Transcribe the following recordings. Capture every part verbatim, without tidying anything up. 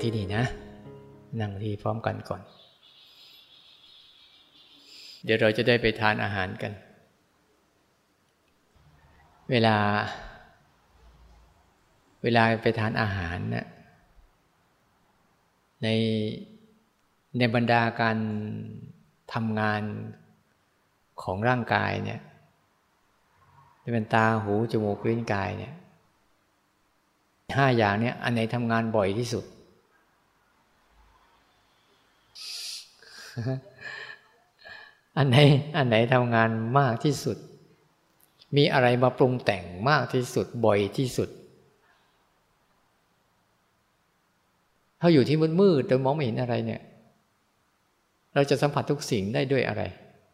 ที่นี่นะนั่งที่พร้อมกันก่อนเดี๋ยวเราจะได้ไปทานอาหารกันเวลาเวลาไปทานอาหารนะในในบรรดาการทำงานของร่างกายเนี่ยเป็นตาหูจมูกลิ้นกายเนี่ยห้าอย่างเนี่ยอันไหนทำงานบ่อยที่สุด อันไหนอันไหนทำงานมากที่สุดมีอะไรมาปรุงแต่งมากที่สุดบ่อยที่สุดถ้าอยู่ที่มืดๆโดยมองไม่เห็นอะไรเนี่ยเราจะสัมผัสทุกสิ่งได้ด้วยอะไร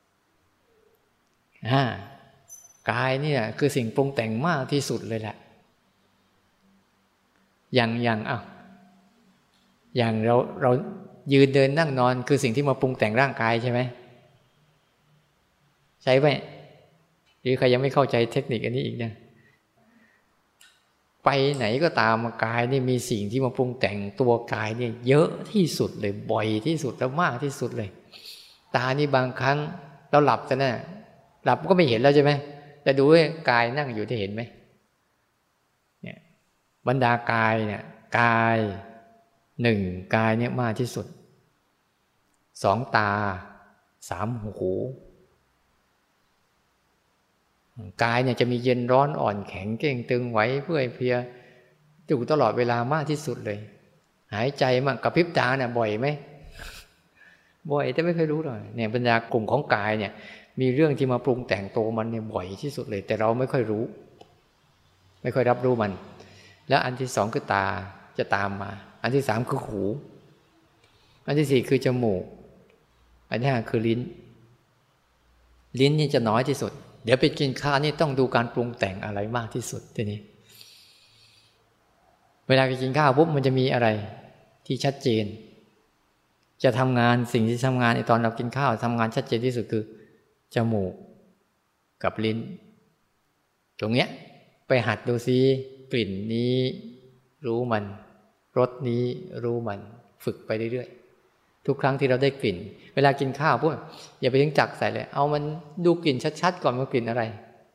อ่ากายเนี่ยคือสิ่งปรุงแต่งมากที่สุดเลยแหละอย่างอย่างอ่ะอย่างเราเรายืนเดินนั่งนอนคือสิ่งที่มาปรุงแต่งร่างกายใช่ไหมใช่ไหมหรือใครยังไม่เข้าใจเทคนิคอันนี้อีกเนี่ยไปไหนก็ตามกายนี่มีสิ่งที่มาปรุงแต่งตัวกายเนี่ยเยอะที่สุดเลยบ่อยที่สุดแล้วมากที่สุดเลยตานี่บางครั้งเราหลับซะนะหลับก็ไม่เห็นแล้วใช่ไหมแต่ดูว่ากายนั่งอยู่ได้เห็นไหมเนี่ยบรรดากายเนี่ยกายหนึ่งกายเนี่ยมากที่สุดสองตาสามหูกายเนี่ยจะมีเย็นร้อนอ่อนแข็งเก่งตึงไหวเพื่อยเพลียอยู่ตลอดเวลามากที่สุดเลยหายใจมั่งกระพริบตาเนี่ยบ่อยไหมบ่อยแต่ไม่เคยรู้หรอกเนี่ยบรรดากลุ่มของกายเนี่ยมีเรื่องที่มาปรุงแต่งตัวมันเนี่ยบ่อยที่สุดเลยแต่เราไม่ค่อยรู้ไม่ค่อยรับรู้มันแล้วอันที่สองคือตาจะตามมาอันที่สามคือหูอันที่สี่คือจมูกอันที่ห้าคือลิ้นลิ้นนี่จะน้อยที่สุดเดี๋ยวไปกินข้าวนี่ต้องดูการปรุงแต่งอะไรมากที่สุดทีนี้เวลาไปกินข้าวปุ๊บมันจะมีอะไรที่ชัดเจนจะทำงานสิ่งที่ทำงานในตอนเรากินข้าวทำงานชัดเจนที่สุดคือจมูกกับลิ้นตรงเนี้ยไปหัดดูซิกลิ่นนี้รู้มันรสนี้รู้มันฝึกไปเรื่อยๆทุกครั้งที่เราได้กลิ่นเวลากินข้าวปุ๊บอย่าไปถึงจักใส่เลยเอามันดูกลิ่นชัดๆก่อนว่ากลิ่นอะไร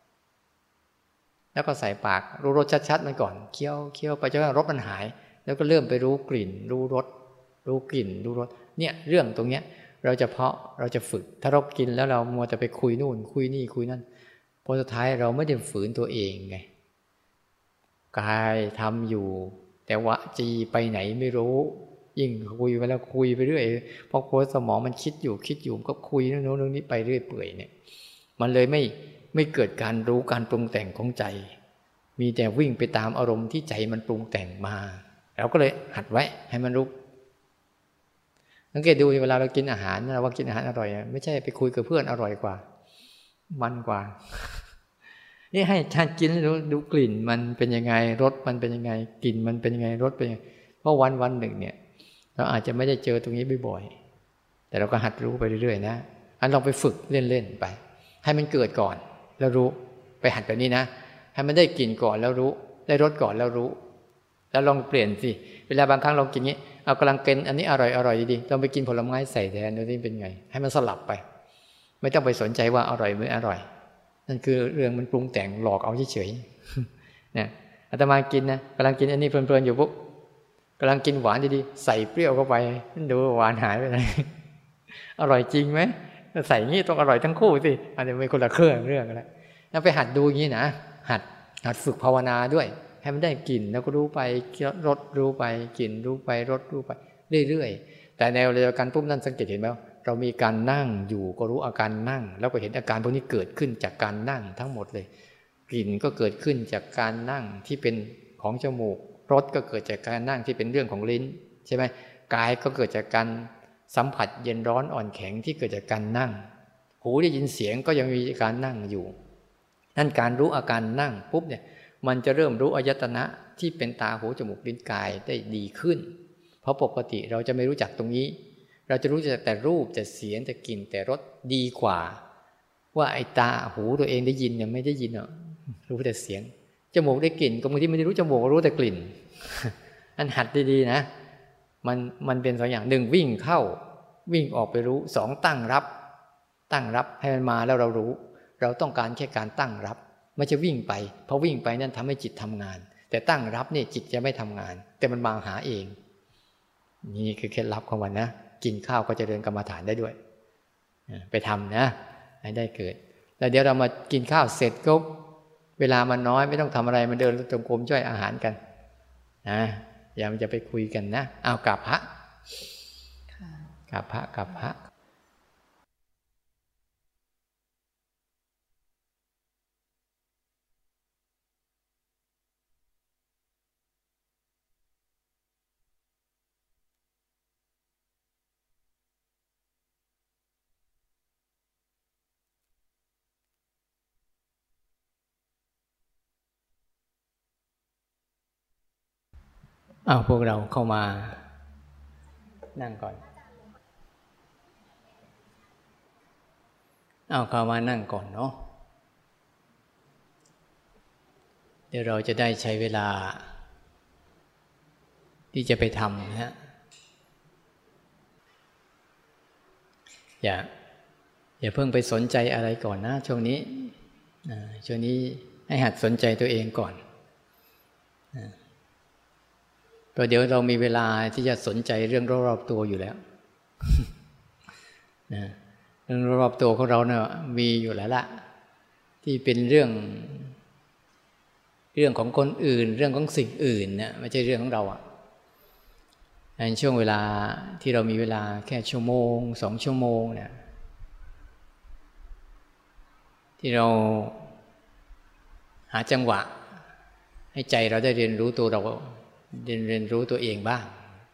แล้วก็ใส่ปากรู้รสชัดๆมันก่อนเคี้ยวเคี้ยวไปจนกระทั่งรสมันหายแล้วก็เริ่มไปรู้กลิ่นรู้รสรู้กลิ่นรู้รสเนี่ยเรื่องตรงเนี้ยเราจะเพาะเราจะฝึกถ้าเรากินแล้วเรามัวแต่ไปคุยนู่นคุยนี่คุยนั่นพอสุดท้ายเราไม่ได้ฝืนตัวเองไงกายทำอยู่แต่วจีไปไหนไม่รู้ยิ่งคุยไปแล้วคุยไปเรื่อยเพราะโค้ชสมองมันคิดอยู่คิดอยู่ก็คุยเรื่องโน้นเรื่องนี้ไปเรื่อยเปื่อยเนี่ยมันเลยไม่ไม่เกิดการรู้การปรุงแต่งของใจมีแต่วิ่งไปตามอารมณ์ที่ใจมันปรุงแต่งมาเราก็เลยหัดไว้ให้มันรู้สังเกตดูเวลาเรากินอาหารเราว่ากินอาหารอร่อยไม่ใช่ไปคุยกับเพื่อนอร่อยกว่ามันกว่านี่ให้ท่านกินแล้วรู้ดูกลิ่นมันเป็นยังไงรสมันเป็นยังไงกลิ่นมันเป็นยังไงรสเป็นยังไงเพราะวันวันหนึ่งเนี่ยเราอาจจะไม่ได้เจอตรงนี้บ่อยๆแต่เราก็หัดรู้ไปเรื่อยๆนะอันลองไปฝึกเล่นๆไปให้มันเกิดก่อนแล้วรู้ไปหัดแบบนี้นะให้มันได้กลิ่นก่อนแล้วรู้ได้รสก่อนแล้วรู้แล้วลองเปลี่ยนสิเวลาบางครั้งเรากินงี้เอากำลังกินอันนี้อร่อยอร่อยดีๆลองไปกินผลไม้ใส่แทนดูนี่เป็นไงให้มันสลับไปไม่ต้องไปสนใจว่าอร่อยหรืออร่อยนั่นคือเรื่องมันปรุงแต่งหลอกเอาเฉยๆเนี่ยอาตมากินนะกำลังกินอันนี้เพลินๆอยู่ปุ๊บกำลังกินหวานดีๆใส่เปรี้ยวเข้าไปดูหวานหายไปไหนอร่อยจริงไหมใส่งี้ต้องอร่อยทั้งคู่สิอันนี้ไม่คนละเครื่องเรื่องอะไรแล้วไปหัดดูอย่างนี้นะหัดหัดฝึกภาวนาด้วยให้มันได้กลิ่นแล้วก็รู้ไปรสรู้ไปกลิ่นรู้ไปรสรู้ไปเรื่อยๆแต่แนวเดียวกันปุ๊บนั่นสังเกตเห็นไหมเรามีการนั่งอยู่ก็รู้อาการนั่งแล้วก็เห็นอาการพวกนี้เกิดขึ้นจากการนั่งทั้งหมดเลยกลิ่นก็เกิดขึ้นจากการนั่งที่เป็นของจมูกรสก็เกิดจากการนั่งที่เป็นเรื่องของลิ้นใช่ไหมกายก็เกิดจากการสัมผัสเย็นร้อนอ่อนแข็งที่เกิดจากการนั่งหูได้ยินเสียงก็ยังมีการนั่งอยู่นั่นการรู้อาการนั่งปุ๊บเนี่ยมันจะเริ่มรู้อายตนะที่เป็นตาหูจมูกลิ้นกายได้ดีขึ้นเพราะปกติเราจะไม่รู้จักตรงนี้เราจะรู้จักแต่รูปแต่เสียงแต่กลิ่นแต่รสดีกว่าว่าไอ้ตาหูตัวเองได้ยินเนี่ยไม่ได้ยินหรอกรู้แต่เสียงจมูกได้กลิ่นก็บางทีไม่ได้รู้จมูกรู้แต่กลิ่นอันหัดดีๆนะมันมันเป็นสองอย่างหนึ่งวิ่งเข้าวิ่งออกไปรู้สองตั้งรับตั้งรับให้มันมาแล้วเรารู้เราต้องการแค่การตั้งรับไม่ใช่วิ่งไปเพราะวิ่งไปนั่นทำให้จิตทำงานแต่ตั้งรับนี่จิตจะไม่ทำงานแต่มันมาหาเองนี่คือเคล็ดลับของมันนะกินข้าวก็จะเดินกรรมฐานได้ด้วยไปทำนะให้ได้เกิดแล้วเดี๋ยวเรามากินข้าวเสร็จก็เวลามันน้อยไม่ต้องทำอะไรมันเดินจงกรมย่อยอาหารกันนะอย่ามันจะไปคุยกันนะเอากราบพระกราบพระกราบพระอ้าวพวกเราเข้ามานั่งก่อนอ้าวเข้ามานั่งก่อนเนาะเดี๋ยวเราจะได้ใช้เวลาที่จะไปทำนะฮะอย่าอย่าเพิ่งไปสนใจอะไรก่อนนะช่วงนี้ช่วงนี้ให้หัดสนใจตัวเองก่อนเพราะเดี๋ยวเรามีเวลาที่จะสนใจเรื่องรอบๆตัวอยู่แล้วนะเรื่องรอบๆตัวของเราเนี่ยมีอยู่แล้วละที่เป็นเรื่องเรื่องของคนอื่นเรื่องของสิ่งอื่นเนี่ยไม่ใช่เรื่องของเราอ่ะในช่วงเวลาที่เรามีเวลาแค่ชั่วโมงสองชั่วโมงเนี่ยที่เราหาจังหวะให้ใจเราได้เรียนรู้ตัวเราเรียนเรียนรู้ตัวเองบ้าง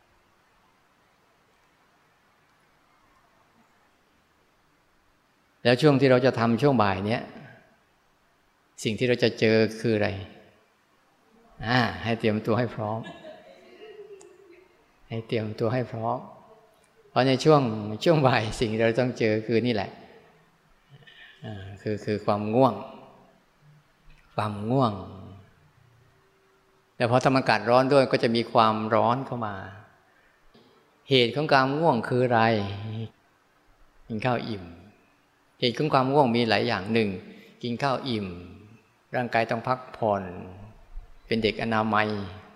แล้วช่วงที่เราจะทำช่วงบ่ายเนี้ยสิ่งที่เราจะเจอคืออะไรอ่าให้เตรียมตัวให้พร้อมให้เตรียมตัวให้พร้อมเพราะในช่วงช่วงบ่ายสิ่งที่เราต้องเจอคือนี่แหละอ่าคือคือความง่วงความง่วงแต่พอธรรมอากาศร้อนด้วยก็จะมีความร้อนเข้ามาเหตุของความง่วงคืออะไรกินข้าวอิ่มเหตุของความง่วงมีหลายอย่างหนึ่งกินข้าวอิ่มร่างกายต้องพักผ่อนเป็นเด็กอนามัย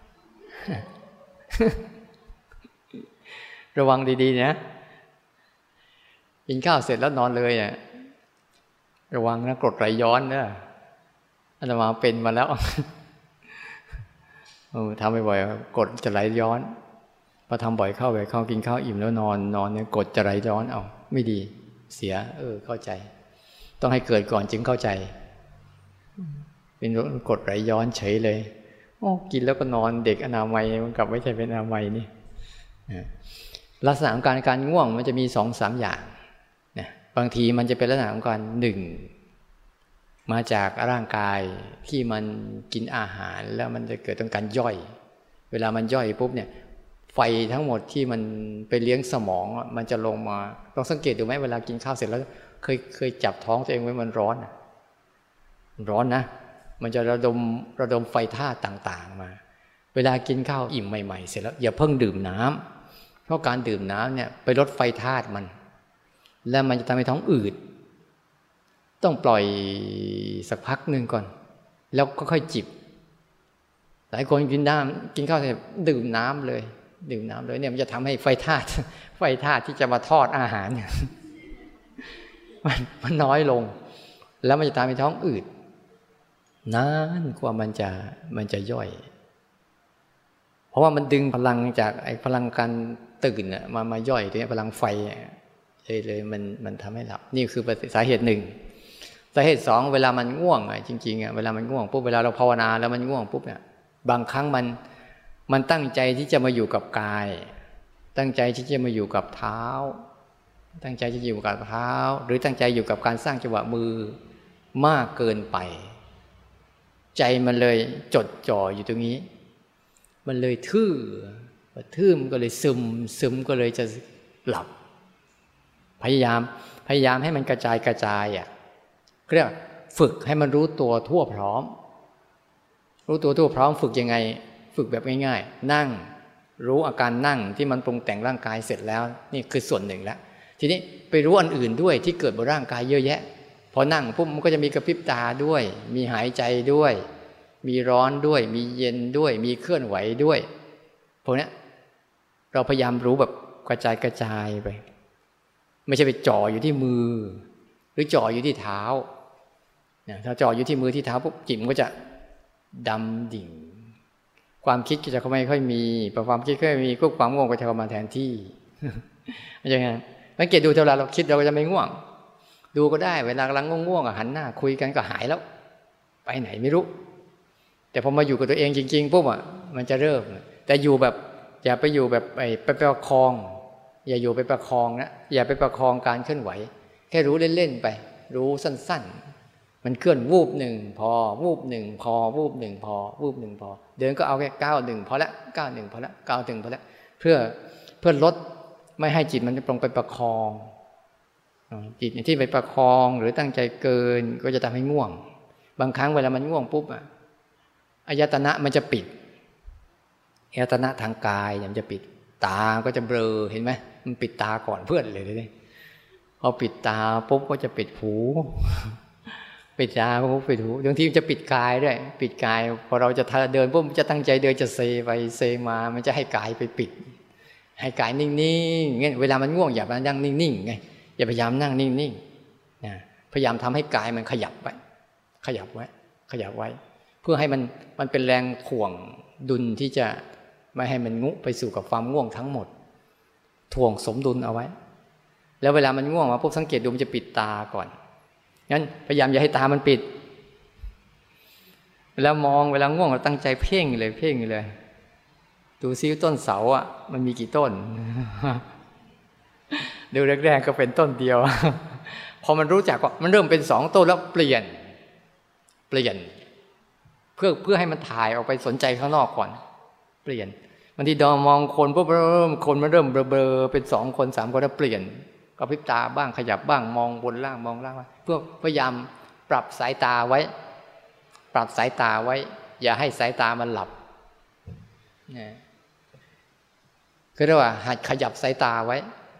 ระวังดีๆนะกินข้าวเสร็จแล้วนอนเลยอ่ะระวังนะกรดไหลย้อนนะอาตมาเป็นมาแล้วทำบ่อยๆกดจะไหลย้อนพอทำบ่อยเข้าบ่อยเข้ากินข้าวอิ่มแล้วนอนนอนเนี่ยกดจะไหลย้อนเอาไม่ดีเสียเออเข้าใจต้องให้เกิดก่อนจึงเข้าใจเป็นกดไหลย้อนเฉยเลยโอ้กินแล้วก็นอนเด็กอนามัยมันกลับไม่ใช่เป็นอนามัยนี่ลักษณะของการการง่วงมันจะมีสองสามอย่างนะบางทีมันจะเป็นลักษณะของการหนึ่งมาจากร่างกายที่มันกินอาหารแล้วมันจะเกิดต้องการย่อยเวลามันย่อยปุ๊บเนี่ยไฟทั้งหมดที่มันไปเลี้ยงสมองมันจะลงมาลองสังเกตดูไหมเวลากินข้าวเสร็จแล้วเคยเคยจับท้องตัวเองไว้มันร้อนร้อนนะมันจะระดมระดมไฟธาตุต่างๆมาเวลากินข้าวอิ่มใหม่ๆเสร็จแล้วอย่าเพิ่งดื่มน้ำเพราะการดื่มน้ำเนี่ยไปลดไฟธาตุมันแล้วมันจะทำให้ท้องอืดต้องปล่อยสักพักหนึ่งก่อนแล้วก็ค่อยจิบหลายคนกินน้ำกินข้าวเสร็จดื่มน้ำเลยดื่มน้ำเลยเนี่ยมันจะทำให้ไฟธาตุไฟธาตุที่จะมาทอดอาหารมันมันน้อยลงแล้วมันจะทำให้ท้องอืดนานกว่ามันจะมันจะย่อยเพราะว่ามันดึงพลังจากไอ้พลังการตื่นมามาย่อยตัวนี้พลังไฟเลยเลยมันมันทำให้หลับนี่คือสาเหตุหนึ่งสาเหตุสองเวลามันง่วงอ่ะจริงๆอ่ะเวลามันง่วงปุ๊บเวลาเราภาวนาแล้วมันง่วงปุ๊บเนี่ยบางครั้งมันมันตั้งใจที่จะมาอยู่กับกายตั้งใจที่จะมาอยู่กับเท้าตั้งใจที่จะอยู่กับเท้าหรือตั้งใจอยู่กับการสร้างจังหวะมือมากเกินไปใจมันเลยจดจ่ออยู่ตรงนี้มันเลยทื่อทื่อมันก็เลยซึมซึมก็เลยจะหลับพยายามพยายามให้มันกระจายกระจายอ่ะเรียกฝึกให้มันรู้ตัวทั่วพร้อมรู้ตัวทั่วพร้อมฝึกยังไงฝึกแบบง่ายๆนั่งรู้อาการนั่งที่มันปรุงแต่งร่างกายเสร็จแล้วนี่คือส่วนหนึ่งแล้วทีนี้ไปรู้อันอื่นด้วยที่เกิดบนร่างกายเยอะแยะพอนั่งปุ๊บมันก็จะมีกระพริบตาด้วยมีหายใจด้วยมีร้อนด้วยมีเย็นด้วยมีเคลื่อนไหวด้วยพวกนี้เราพยายามรู้แบบกระจายกระจายไปไม่ใช่ไปจ่ออยู่ที่มือหรือจ่ออยู่ที่เท้าถ้าจ่ออยู่ที่มือที่เท้าปุ๊บจิตมันก็จะดำดิ่งความคิดก็จะไม่ค่อยมีพอความคิดก็ไม่มีก็ความง่วงก็จะเข้ามาแทนที่ไม่ใช่ไงสังเกตดูเวลาเราคิดเราก็จะไม่ง่วงดูก็ได้เวลากำลังง่วงๆหันหน้าคุยกันก็หายแล้วไปไหนไม่รู้แต่พอมาอยู่กับตัวเองจริงๆปุ๊บอ่ะมันจะเริ่มแต่อยู่แบบอย่าไปอยู่แบบไปไปประคองอย่าอยู่ไปประคองนะอย่าไปประคองการเคลื่อนไหวแค่รู้เล่นๆไปรู้สั้นๆมันเคลื่อนวูบหนึ่งพอวูบหนึ่งพอวูบหนึ่งพอวูบหนึ่งพอเดินก็เอาแค่ก้าวหนึ่งพอละก้าวหนึ่งพอละก้าวหนึ่งพอละเพื่อเพื่อลดไม่ให้จิตมันตรงไปประคองจิตที่ไปประคองหรือตั้งใจเกินก็จะทำให้ง่วงบางครั้งเวลามันง่วงปุ๊บอ่ะอายตนะมันจะปิดอายตนะทางกายมันจะปิดตาก็จะเบลอเห็นไหมมันปิดตาก่อนเพื่อนเลยเลยพอปิดตาปุ๊บก็จะปิดหูปิดตาปุ๊บปิดหูบางทีมันจะปิดกายด้วยปิดกายพอเราจะเดินปุ๊บมันจะตั้งใจเดินจะเซไปเซมามันจะให้กายไปปิดให้กายนิ่งๆงั้นเวลามันง่วงอย่าไปนั่งนิ่งๆไงอย่าพยายามนั่งนิ่งๆนะพยายามทำให้กายมันขยับไว้ขยับไว้ขยับไว้เพื่อให้มันมันเป็นแรงถ่วงดุลที่จะไม่ให้มันงุไปสู่กับความง่วงทั้งหมดถ่วงสมดุลเอาไว้แล้วเวลามันง่วงมาปุ๊บสังเกตดูมันจะปิดตาก่อนงั้นพยายามอย่าให้ตามันปิดเวลามองเวลาง่วงเราตั้งใจเพ่งเลยเพ่งเลยดูซิต้นเสาอ่ะมันมีกี่ต้นดูแรกๆก็เป็นต้นเดียวพอมันรู้จักว่ามันเริ่มเป็นสองต้นแล้วเปลี่ยนเปลี่ยนเพื่อเพื่อให้มันถ่ายออกไปสนใจข้างนอกก่อนเปลี่ยนบางทีดอมองคนปุ๊บเริ่มคนมันเริ่มเบลอๆเป็นสองคนสามคนแล้วเปลี่ยนกระพริบตาบ้างขยับบ้างมองบนล่างมองล่างเพื่อพยายามปรับสายตาไว้ปรับสายตาไว้อย่าให้สายตามันหลับนะคือเรียกว่าหัดขยับสายตาไว้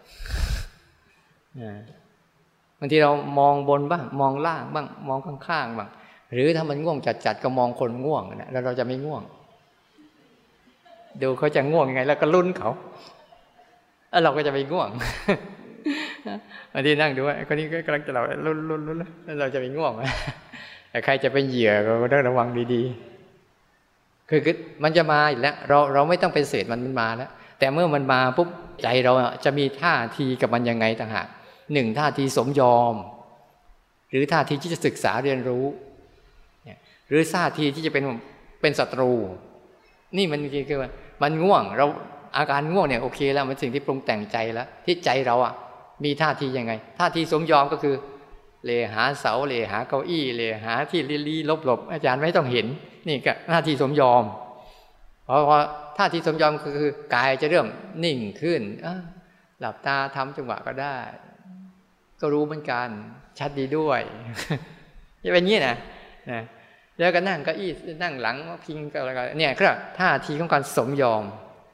บางทีเรามองบนบ้างมองล่างบ้างมองข้างๆบ้างหรือถ้ามันง่วงจัดๆก็มองคนง่วงนะแล้วเราจะไม่ง่วงดูเขาจะง่วงยังไงแล้วก็ลุ้นเขาแล้วเราก็จะไม่ง่วงบางทีนั่งดูว่าคนนี้ก็กำลังจะเราลุ้นลุ้นลุ้นแล้วเราจะไม่ง่วงแต่ใครจะเป็นเหยื่อก็ต้องระวังดีๆคือคือมันจะมาอีกแล้วเราเราไม่ต้องไปเสดมันมันมาแล้วแต่เมื่อมันมาปุ๊บใจเราจะมีท่าทีกับมันยังไงต่างหากหนึ่งท่าทีสมยอมหรือท่าทีที่จะศึกษาเรียนรู้หรือท่าทีที่จะเป็นเป็นศัตรูนี่มันคือว่ามันง่วงเราอาการง่วงเนี่ยโอเคแล้วมันสิ่งที่ปรุงแต่งใจแล้วที่ใจเราอ่ะมีท่าทียังไงท่าทีสมยอมก็คือเลหาเสาเลหาเก้าอี้เลหาที่ลี้ๆลบๆอาจารย์ไม่ต้องเห็นนี่ก็ท่าทีสมยอมเพราะว่าท่าทีสมยอมก็คือกายจะเริ่มนิ่งขึ้นหลับตาทำจังหวะก็ได้ก็รู้เหมือนกันชัดดีด้วยจะเป็นอย่างนี้นะนะแล้วก็นั่งเก้าอี้นั่งหลังพิงก็อะไรกันเนี่ยคือท่าทีของการสมยอม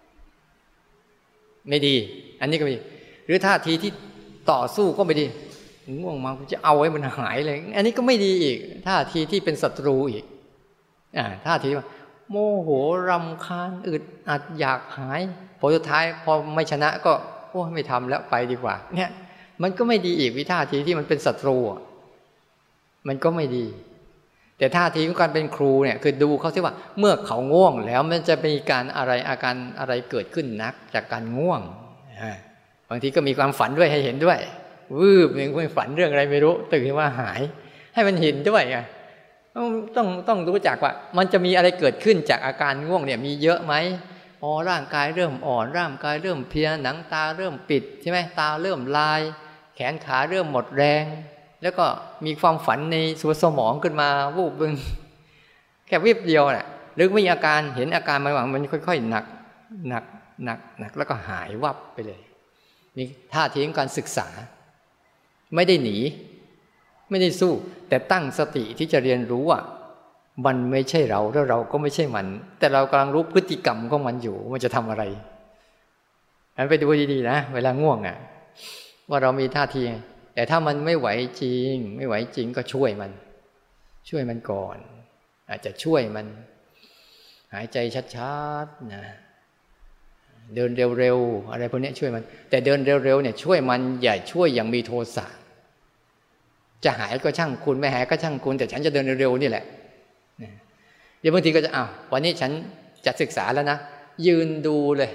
ไม่ดีอันนี้ก็ไม่ดีหรือท่าทีที่ต่อสู้ก็ไม่ดีง่วงมาจะเอาไว้มันหายเลยอันนี้ก็ไม่ดีอีกท่าทีที่เป็นศัตรูอีกอ่าท่าทีว่าโมโหรำคาญอึดอัดอยากหายพอสุดท้ายพอไม่ชนะก็โอ้ไม่ทำแล้วไปดีกว่าเนี่ยมันก็ไม่ดีอีกวิท่าทีที่มันเป็นศัตรูมันก็ไม่ดีแต่ท่าทีของการเป็นครูเนี่ยคือดูเขาสิว่าเมื่อเขาง่วงแล้วมันจะมีการอะไรอาการอะไรเกิดขึ้นนักจากการง่วงบางทีก็มีความฝันด้วยให้เห็นด้วยวืบหนึ่งฝันเรื่องอะไรไม่รู้ตื่นขึ้นมาหายให้มันเห็นด้วยไงต้องต้องรู้จักว่ามันจะมีอะไรเกิดขึ้นจากอาการง่วงเนี่ยมีเยอะไหมอ๋อร่างกายเริ่มอ่อนร่างกายเริ่มเพลียหนังตาเริ่มปิดใช่ไหมตาเริ่มลายแขนขาเริ่มหมดแรงแล้วก็มีความฝันในส่วนสมองขึ้นมาวูบบึงแค่วิบเดียวน่ะหรือมีอาการเห็นอาการมันหวังมันค่อยๆหนักหนักหนักหนักแล้วก็หายวับไปเลยนี่ท่าทีของการศึกษาไม่ได้หนีไม่ได้สู้แต่ตั้งสติที่จะเรียนรู้อ่ะมันไม่ใช่เราแล้วเราก็ไม่ใช่มันแต่เรากำลังรู้พฤติกรรมของมันอยู่มันจะทำอะไรงั้นไปดูดีๆนะเวลาง่วงอ่ะว่าเรามีท่าทีแต่ถ้ามันไม่ไหวจริงไม่ไหวจริงก็ช่วยมันช่วยมันก่อนอาจจะช่วยมันหายใจชัดๆนะเดินเร็วๆอะไรพวกนี้ช่วยมันแต่เดินเร็วๆเนี่ยช่วยมันอย่าช่วยอย่างมีโทสะจะหายก็ช่างคุณไม่หายก็ช่างคุณแต่ฉันจะเดินเร็วๆนี่แหละเดี๋ยวบางทีก็จะอ้าววันนี้ฉันจะศึกษาแล้วนะยืนดูเลย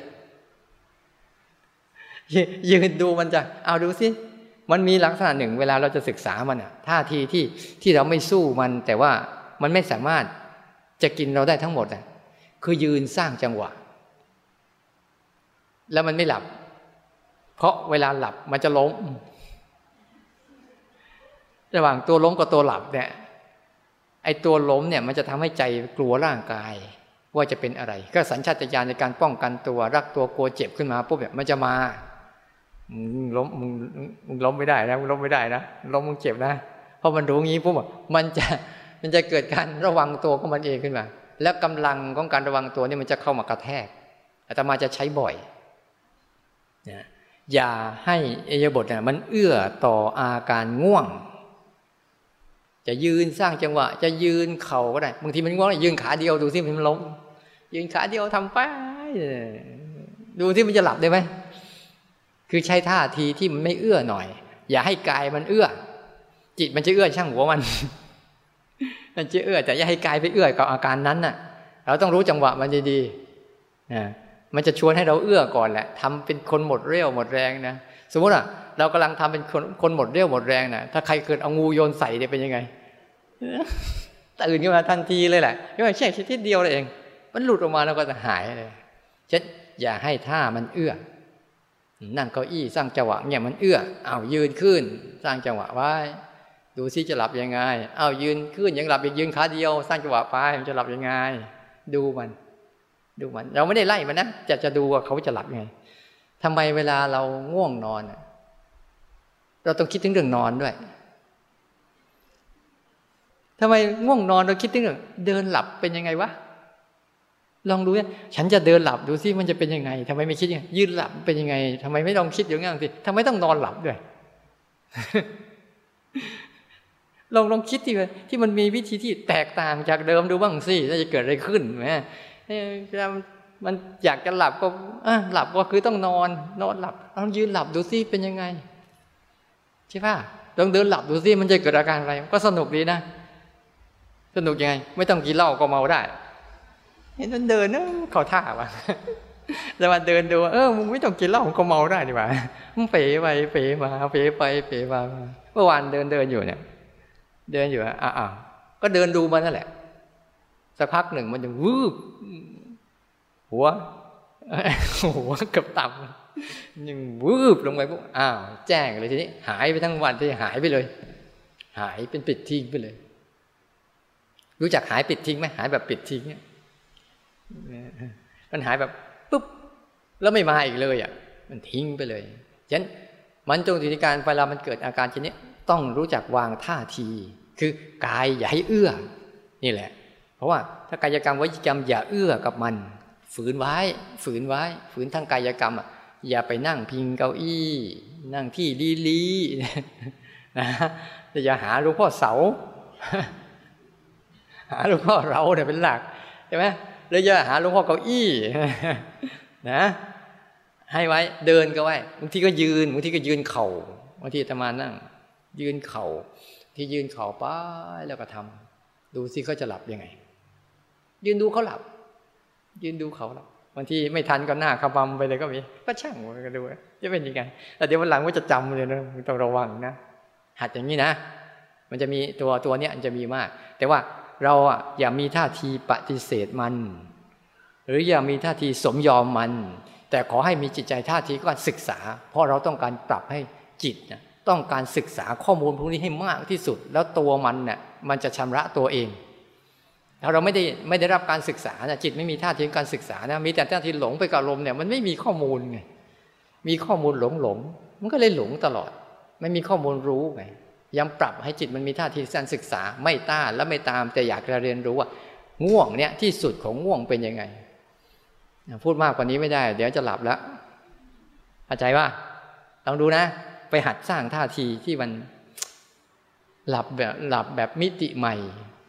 ยืนดูมันจะเอาดูสิมันมีลักษณะหนึ่งเวลาเราจะศึกษามันอ่ะท่าทีที่ที่เราไม่สู้มันแต่ว่ามันไม่สามารถจะกินเราได้ทั้งหมดอ่ะคือยืนสร้างจังหวะแล้วมันไม่หลับเพราะเวลาหลับมันจะล้มระหว่างตัวล้มกับตัวหลับเนี่ยไอ้ตัวล้มเนี่ยมันจะทำให้ใจกลัวร่างกายว่าจะเป็นอะไรก็สัญชาตญาณในการป้องกันตัวรักตัวกลัวเจ็บขึ้นมาปุ๊บเนี่ยมันจะมามึงล้มมึงมึงล้มไม่ได้นะมึงล้มไม่ได้นะล้มมึงเจ็บนะเพราะมันรู้งี้ปุ๊บมันจะมันจะเกิดการระวังตัวของมันเองขึ้นมาแล้วกำลังของการระวังตัวนี่มันจะเข้ามากระแทกอาตมาจะใช้บ่อยนะอย่าให้อิริยาบถเนี่ยมันเอื้อต่ออาการง่วงจะยืนสร้างจังหวะจะยืนเข่าก็ได้บางทีมันง่วงยืนขาเดียวดูสิมันล้มยืนขาเดียวทำไปดูที่มันจะหลับได้ไหมคือใช้ท่าทีที่มันไม่เอื้อหน่อยอย่าให้กายมันเอื้อจิตมันจะเอื้อช่างหัวมันมันจะเอื้อแต่อย่าให้กายไปเอื้อกับอาการนั้นน่ะเราต้องรู้จังหวะมันดีๆนะมันจะชวนให้เราเอื้อก่อนแหละทำเป็นคนหมดเรี่ยวหมดแรงนะสมมติอ่ะเรากำลังทำเป็นคนคนหมดเรี่ยวหมดแรงนะถ้าใครเกิดเอางูโยนใส่เนี่ยเป็นยังไงตื่นขึ้นมาทันทีเลยแหละเพราะว่าแค่ทีเดียวเลยเองมันหลุดออกมาแล้วก็จะหายเลยฉะนั้นอย่าให้ท่ามันเอื้อนั่งเก้าอี้สร้างจังหวะเนี่ยมันเอื้อเอายืนขึ้นสร้างจังหวะไว้ดูซิจะหลับยังไงเอายืนขึ้นยังหลับอีกยืนขาเดียวสร้างจังหวะไปมันจะหลับยังไงดูมันดูมันเราไม่ได้ไล่มันนะจะจะดูว่าเขาจะหลับยังไงทำไมเวลาเราง่วงนอนเราต้องคิดถึงเรื่องนอนด้วยทำไมง่วงนอนเราคิดถึงเรื่องเดินหลับเป็นยังไงวะลองดูเนี่ยฉันจะเดินหลับดูซิมันจะเป็นยังไงทำไมไม่คิดยังไงยืนหลับเป็นยังไงทำไมไม่ลองคิดอย่างนั้นสิทำไมต้องนอนหลับด้วยลองลองคิดที่ที่มันมีวิธีที่แตกต่างจากเดิมดูบ้างสิจะเกิดอะไรขึ้นไหมมันอยากจะหลับก็หลับก็คือต้องนอนนอนหลับลองยืนหลับดูซิเป็นยังไงใช่ป่ะลองเดินหลับดูซิมันจะเกิดอาการอะไรก็สนุกดีนะสนุกยังไงไม่ต้องกินเหล้าก็เมาได้เห็นมันเดินเนอะเขาท่าวะแต่มาเดินดูเออมึงไม่ต้องกินเหล้าก็เมาได้ดีกว่ามึงเป๋ไปเป๋มาเป๋ไปเป๋มาเมื่อวานเดินเดินอยู่เนี่ยเดินอยู่อ่ะอ่ะก็เดินดูมันนั่นแหละสักพักหนึ่งมันจะวืบหัวหัวกับต่ำยังวืบลงไปปุ๊บอ้าวแจ้งเลยทีนี้หายไปทั้งวันที่หายไปเลยหายเป็นปิดทิ้งไปเลยรู้จักหายปิดทิ้งไหมหายแบบปิดทิ้งเนี่ยมันหายแบบปุ๊บแล้วไม่มาอีกเลยอ่ะมันทิ้งไปเลยฉะนั้นมันจงอยู่ในการเวลามันเกิดอาการชนิดต้องรู้จักวางท่าทีคือกายอย่าให้เอื้อนี่แหละเพราะว่าถ้ากายกรรมวจีกรรมอย่าเอื้อกับมันฝืนไว้ฝืนไว้ฝืนทางกายกรรมอ่ะอย่าไปนั่งพิงเก้าอี้นั่งที่ลีลีนะอย่าหาหลวงพ่อเสาหาหลวงพ่อเราเนี่ยเป็นหลักใช่ไหมแล้วอย่าหาหลวงพ่อเก้าอี้นะให้ไว้เดินก็ไว้บางทีก็ยืนบางทีก็ยืนเข่าบางทีอาตมานั่งยืนเข่าที่ยืนเข่าไปแล้วก็ทำดูสิเขาจะหลับยังไงยืนดูเขาหลับยืนดูเขาหลับบางทีไม่ทันก็หน้าขมำไปเลยก็มีก็ช่างก็ดูจะเป็นยังไงแต่เดี๋ยววันหลังว่าจะจำเลยนะต้องระวังนะหัดอย่างนี้นะมันจะมีตัวตัวเนี้ยมันจะมีมากแต่ว่าเราอ่ะอย่ามีท่าทีปฏิเสธมันหรืออย่ามีท่าทีสมยอมมันแต่ขอให้มีจิตใจท่าทีการศึกษาเพราะเราต้องการปรับให้จิตนะต้องการศึกษาข้อมูลพวกนี้ให้มากที่สุดแล้วตัวมันเนี่ยมันจะชำระตัวเองถ้าเราไม่ได้ไม่ได้รับการศึกษานะจิตไม่มีท่าทีการศึกษานะมีแต่ท่าทีหลงไปกับลมเนี่ยมันไม่มีข้อมูลไงมีข้อมูลหลงหลงมันก็เลยหลงตลอดไม่มีข้อมูลรู้ไงย้ำปรับให้จิตมันมีท่าทีการศึกษาไม่ต้านและไม่ตามแต่อยากจะเรียนรู้ว่าง่วงเนี่ยที่สุดของง่วงเป็นยังไงพูดมากกว่านี้ไม่ได้เดี๋ยวจะหลับแล้วเข้าใจว่าลองดูนะไปหัดสร้างท่าทีที่มันหลับแบบหลับแบบมิติใหม่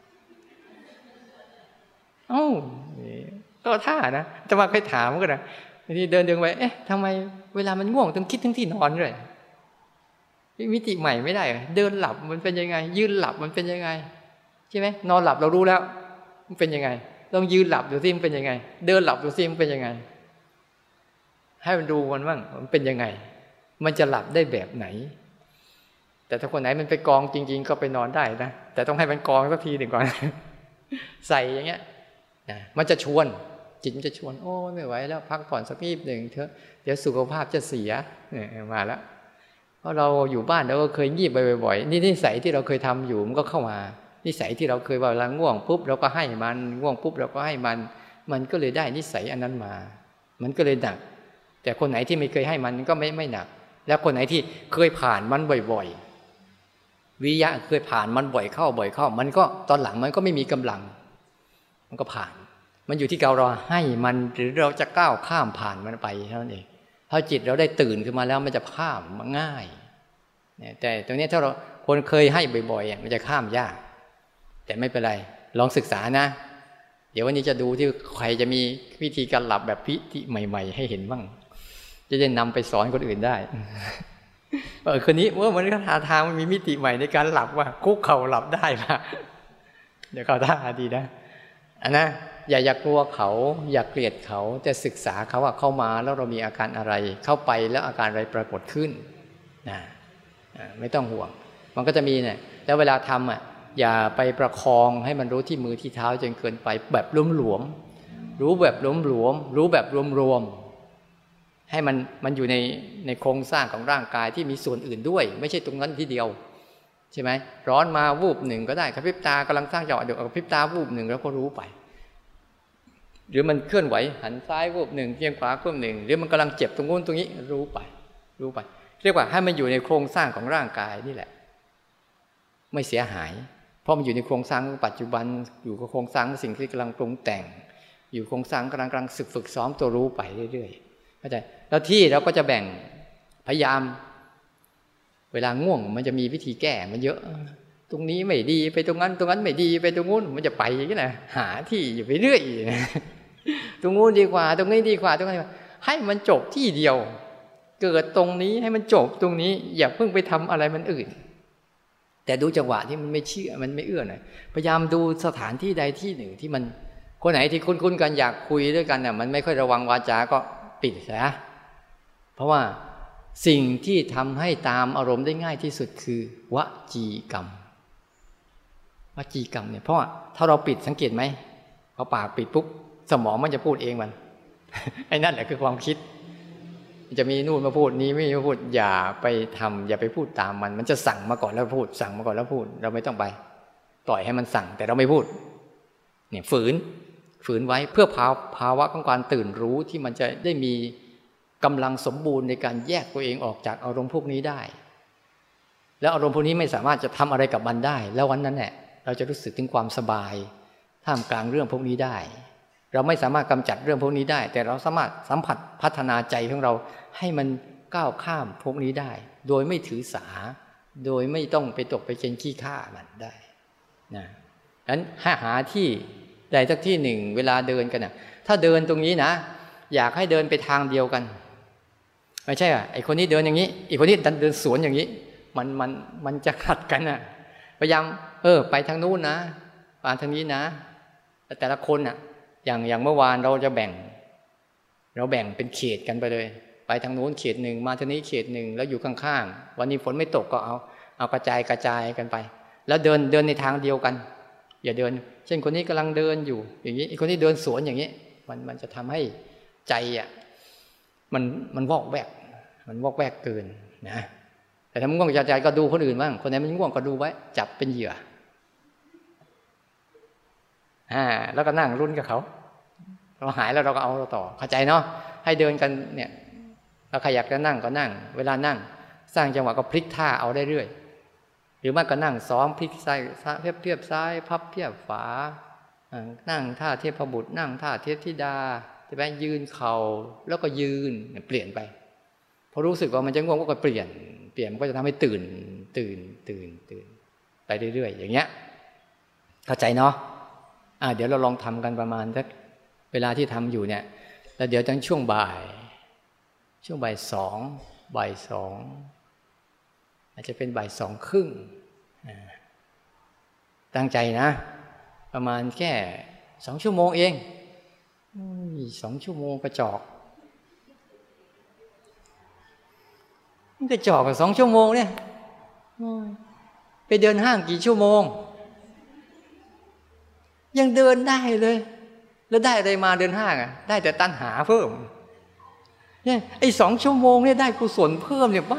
เอ้าก็ท่านะจะมาเคยถามก็นะบางทีเดินเดินไปเอ๊ะทำไมเวลามันง่วงต้องคิดทั้งที่นอนเลยมิติใหม่ไม่ได้เดินหลับมันเป็นยังไงยืนหลับมันเป็นยังไงใช่ไหมนอนหลับเรารู้แล้วมันเป็นยังไงต้องยืนหลับดูซิมันเป็นยังไงเดินหลับดูซิมันเป็นยังไงให้มันดูมันบ้างมันเป็นยังไงมันจะหลับได้แบบไหนแต่ถ้าคนไหนมันไปกองจริงๆก็ไปนอนได้นะแต่ต้องให้มันกองสักทีหนึ่งก่อนใส่อย่างเงี้ยนะมันจะชวนจิตมันจะชวนโอ้ไม่ไหวแล้วพักผ่อนสักนิดหนึ่งเถอะเดี๋ยวสุขภาพจะเสียเนี่ยมาแล้วเพราะเราอยู่บ้านเราก็เคยงีบบ่อยๆนี่นิสัยที่เราเคยทำอยู่มันก็เข้ามานิสัยที่เราเคยว่าเวลาง่วงปุ๊บเราก็ให้มันง่วงปุ๊บเราก็ให้มันมันก็เลยได้นิสัยอันนั้นมามันก็เลยหนักแต่คนไหนที่ไม่เคยให้มันก็ไม่ไม่หนักแล้วคนไหนที่เคยผ่านมันบ่อยๆวิริยะเคยผ่านมันบ่อยเข้าบ่อยเข้ามันก็ตอนหลังมันก็ไม่มีกำลังมันก็ผ่านมันอยู่ที่เราเราให้มันหรือเราจะก้าวข้ามผ่านมันไปเท่านั้นเองถ้าจิตเราได้ตื่นขึ้นมาแล้วมันจะข้ามมันง่ายแต่ตรงนี้ถ้าเราคนเคยให้บ่อยๆมันจะข้ามยากแต่ไม่เป็นไรลองศึกษานะเดี๋ยววันนี้จะดูที่ใครจะมีวิธีการหลับแบบพิธีใหม่ๆให้เห็นบ้างจะได้นำไปสอนคนอื่นได้เออคนนี้ว่ามันก็ท่าทางมันมีมิติใหม่ในการหลับว่าคุกเข่าหลับได้ป่ะเดี๋ยวเขาท่าดีนะอันนะอย่าอยากกลัวเขาอย่าเกลียดเขาแต่ศึกษาเขาว่าเข้ามาแล้วเรามีอาการอะไรเข้าไปแล้วอาการอะไรปรากฏขึ้นนะไม่ต้องห่วงมันก็จะมีเนี่ยแล้วเวลาทำอ่ะอย่าไปประคองให้มันรู้ที่มือที่เท้าจนเกินไปแบบหลวมๆรู้แบบหลวมๆรู้แบบรวมๆให้มันมันอยู่ในในโครงสร้างของร่างกายที่มีส่วนอื่นด้วยไม่ใช่ตรงนั้นทีเดียวใช่ไหมร้อนมาวูบหนึ่งก็ได้กระพริบตากำลังสร้างจังหวะเดี๋ยวกระพริบตาวูบหนึ่งแล้วก็รู้ไปหรือมันเคลื่อนไหวหันซ้ายวูบหนึ่งเพียงขวาวูบหนึ่งหรือมันกำลังเจ็บตรงนู้นตรงนี้รู้ไปรู้ไปเรียกว่าให้มันอยู่ในโครงสร้างของร่างกายนี่แหละไม่เสียหายเพราะมันอยู่ในโครงสร้างปัจจุบันอยู่กับโครงสร้างสิ่งที่กำลังปรุงแต่งอยู่โครงสร้างกำลังกำลังฝึกฝึกซ้อมตัวรู้ไปเรื่อยๆเข้าใจแล้วที่เราก็จะแบ่งพยายามเวลาง่วงมันจะมีวิธีแก้มันเยอะตรงนี้ไม่ดีไปตรงนั้นตรงนั้นไม่ดีไปตรงนู้นมันจะไปอย่างนี้นะหาที่อยู่ไปเรื่อยตรงนู้นดีกว่าตรงนี้ดีกว่าตรงนี้ให้มันจบที่เดียวเกิดตรงนี้ให้มันจบตรงนี้อย่าเพิ่งไปทำอะไรมันอื่นแต่ดูจังหวะที่มันไม่เชื่อมันไม่เอื้อหน่อยพยายามดูสถานที่ใดที่หนึ่งที่มันคนไหนที่คุ้นๆกันอยากคุยด้วยกันเนี่ยมันไม่ค่อยระวังวาจาก็ปิดซะเพราะว่าสิ่งที่ทำให้ตามอารมณ์ได้ง่ายที่สุดคือวจีกรรมวจีกรรมเนี่ยเพราะว่าถ้าเราปิดสังเกตไหมพอปากปิดปุ๊บสมองมันจะพูดเองมัน ไอ้นั่นแหละคือความคิดจะมีนู่นมาพูดนี้ไม่มาพูดอย่าไปทำอย่าไปพูดตามมันมันจะสั่งมาก่อนแล้วพูดสั่งมาก่อนแล้วพูดเราไม่ต้องไปปล่อยให้มันสั่งแต่เราไม่พูดเนี่ยฝืนฝืนไว้เพื่อภาวภาวะของการตื่นรู้ที่มันจะได้มีกำลังสมบูรณ์ในการแยกตัวเองออกจากอารมณ์พวกนี้ได้แล้วอารมณ์พวกนี้ไม่สามารถจะทำอะไรกับมันได้แล้ววันนั้นแหละเราจะรู้สึกถึงความสบายท่ามกลางเรื่องพวกนี้ได้เราไม่สามารถกำจัดเรื่องพวกนี้ได้แต่เราสามารถสัมผัสพัฒนาใจของเราให้มันก้าวข้ามพวกนี้ได้โดยไม่ถือสาโดยไม่ต้องไปตกไปเชนขี้ข้ามันได้นะฉะนั้นถ้าหาที่ใดสักที่หนึ่งเวลาเดินกันนะถ้าเดินตรงนี้นะอยากให้เดินไปทางเดียวกันไม่ใช่อ่ะไอคนนี้เดินอย่างนี้อีกคนนี้เดินสวนอย่างนี้มันมันมันจะขัดกันอ่ะพยายามเออไปทางนู้นนะไปทางนี้นะแต่ละคนอ่ะอย่างอย่างเมื่อวานเราจะแบ่งเราแบ่งเป็นเขตกันไปเลยไปทางนู้นเขตหนึ่งมาทางนี้เขตหนึ่งแล้วอยู่ข้างๆวันนี้ฝนไม่ตกก็เอาเอากระจายกระจายกันไปแล้วเดินเดินในทางเดียวกันอย่าเดินเช่นคนนี้กำลังเดินอยู่อย่างนี้อีกคนนี้เดินสวนอย่างนี้มันมันจะทำให้ใจอ่ะมันมันวอกแวกมันวอกแวกเกินนะแต่ถ้ามันง่วงใจก็ดูคนอื่นบ้างคนไหนมันง่วงก็ดูไว้จับเป็นเหยื่ออ่าแล้วก็นั่งรุ่นกับเขาเราหายแล้วเราก็เอาเราต่อเข้าใจเนาะให้เดินกันเนี่ยเราใครอยากจะนั่งก็นั่งเวลานั่งสร้างจังหวะก็พลิกท่าเอาได้เรื่อยพรือไม่ก็นั่งซ้อมพลิกซ้ายเพียบเพียบซ้ายพับเพียบฝานั่งท่าเทพบุตรนั่งท่าเทพธิดาจะไปยืนเข่าแล้วก็ยืนเปลี่ยนไปพอรู้สึกว่ามันจะง่วงก็เปลี่ยนเปลี่ยนมันก็จะทำให้ตื่นตื่นตื่นตื่นไปเรื่อยๆอย่างเงี้ยเข้าใจเนาะอ่าเดี๋ยวเราลองทำกันประมาณสักเวลาที่ทำอยู่เนี่ยแล้วเดี๋ยวตั้งช่วงบ่ายช่วงบ่ายสองบ่ายสองอาจจะเป็นบ่ายสองครึ่งตั้งใจนะประมาณแค่สองชั่วโมงเองสองชั่วโมงกระจอกกระจอกกับสองชั่วโมงเนี่ยไปเดินห้างกี่ชั่วโมงยังเดินได้เลยแล้วได้อะไรมาเดินห้างอ่ะได้แต่ตัณหาเพิ่มเนี่ยไอ้สองชั่วโมงเนี่ยได้กุศลเพิ่มเนี่ยบ้า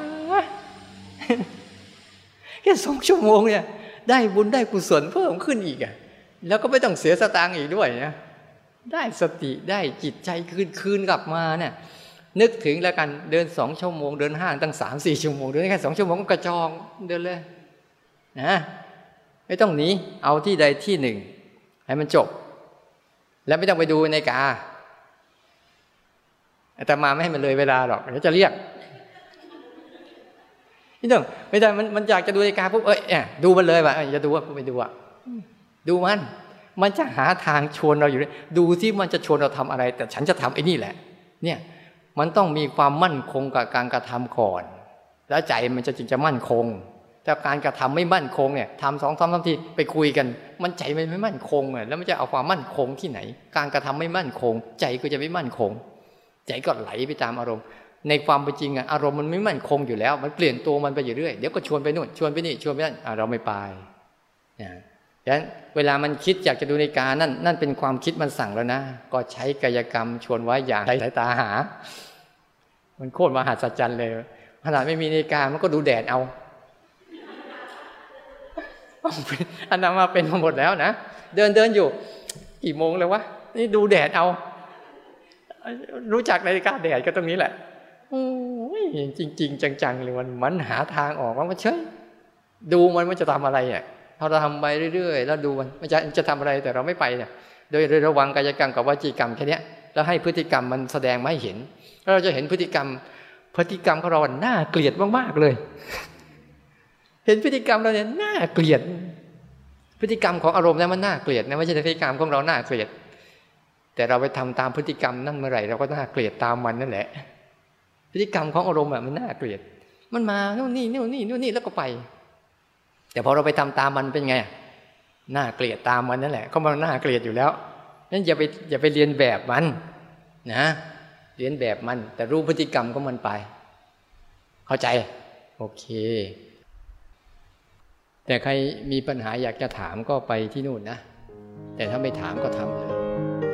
แค่สองชั่วโมงเนี่ยได้บุญได้กุศลเพิ่มขึ้นอีกอ่ะแล้วก็ไม่ต้องเสียสตางค์อีกด้วยนะได้สติได้จิตใจคืนคืนกลับมาเนี่ยนึกถึงแล้วกันเดินสองชั่วโมงเดินห้างตั้งสามสี่ชั่วโมงเดินแค่สองชั่วโมงก็กระจองเดินเลยนะไม่ต้องหนีเอาที่ใดที่หนึ่งให้มันจบแล้วไม่ต้องไปดูนาฬิกาแต่มาไม่ให้มันเลยเวลาหรอกเดี๋ยวจะเรียกนี่ต้องไม่ได้มันมันอยากจะดูนาฬิกาปุ๊บเอ้ยดูมันเลยว่ะอย่าดูว่าไปดูอ่ะดูมันมันจะหาทางชวนเราอยู่เลยดูที่มันจะชวนเราทำอะไรแต่ฉันจะทำไอ้นี่แหละเนี่ยมันต้องมีความมั่นคงกับการกระทำก่อนแล้วใจมันจะจึงจะมั่นคงแต่การกระทำไม่มั่นคงเนี่ยทำสองสามทีไปคุยกันมันใจมันไม่มั่นคงอ่ะแล้วมันจะเอาความมั่นคงที่ไหนการกระทำไม่มั่นคงใจก็จะไม่มั่นคงใจก็ไหลไปตามอารมณ์ในความเป็นจริงอ่ะอารมณ์มันไม่มั่นคงอยู่แล้วมันเปลี่ยนตัวมันไปอยู่เรื่อยเดี๋ยวก็ชวนไปนู่นชวนไปนี่ชวนไปนั่นเราไม่ไปนะดังนั้นเวลามันคิดอยากจะดูนาฬิกานั่นนั่นเป็นความคิดมันสั่งแล้วนะก็ใช้กายกรรมชวนไว้อย่างใช้สายตาหามันโคตรมหัศจรรย์เลยขนาดไม่มีนาฬิกามันก็ดูแดดเอาอันนั้นมาเป็นมาหมดแล้วนะเดินเดินอยู่กี่โมงแล้ววะนี่ดูแดดเอารู้จักนาฬิกาแดดก็ตรงนี้แหละโอ้ยจริงๆจังๆเลยมันมันหาทางออกว่ามันเฉยดูมันมันจะทำอะไรอ่ะพอเราทำไปเรื่อยๆแล้วดูมันมันจะจะทำอะไรแต่เราไม่ไปเนี่ยโดยระวังกายกรรมกับวจีกรรมแค่นี้แล้วให้พฤติกรรมมันแสดงมาให้เห็นแล้วเราจะเห็นพฤติกรรมพฤติกรรมของเราน่าเกลียดมากๆเลยเห็นพฤติกรรมเราเนี่ยน่าเกลียดพฤติกรรมของอารมณ์นั้นมันน่าเกลียดนะไม่ใช่พฤติกรรมของเราน่าเกลียดแต่เราไปทำตามพฤติกรรมนั่นเมื่อไหร่เราก็น่าเกลียดตามมันนั่นแหละพฤติกรรมของอารมณ์อะมันน่าเกลียดมันมาโน่นนี่โน่นนี่โน่นนี่แล้วก็ไปแต่พอเราไปทำตามมันเป็นไงน่าเกลียดตามมันนั่นแหละเขามันน่าเกลียดอยู่แล้วนั้นอย่าไปอย่าไปเรียนแบบมันนะเรียนแบบมันแต่รู้พฤติกรรมของมันไปเข้าใจโอเคแต่ใครมีปัญหาอยากจะถามก็ไปที่นู่นนะแต่ถ้าไม่ถามก็ทำเลย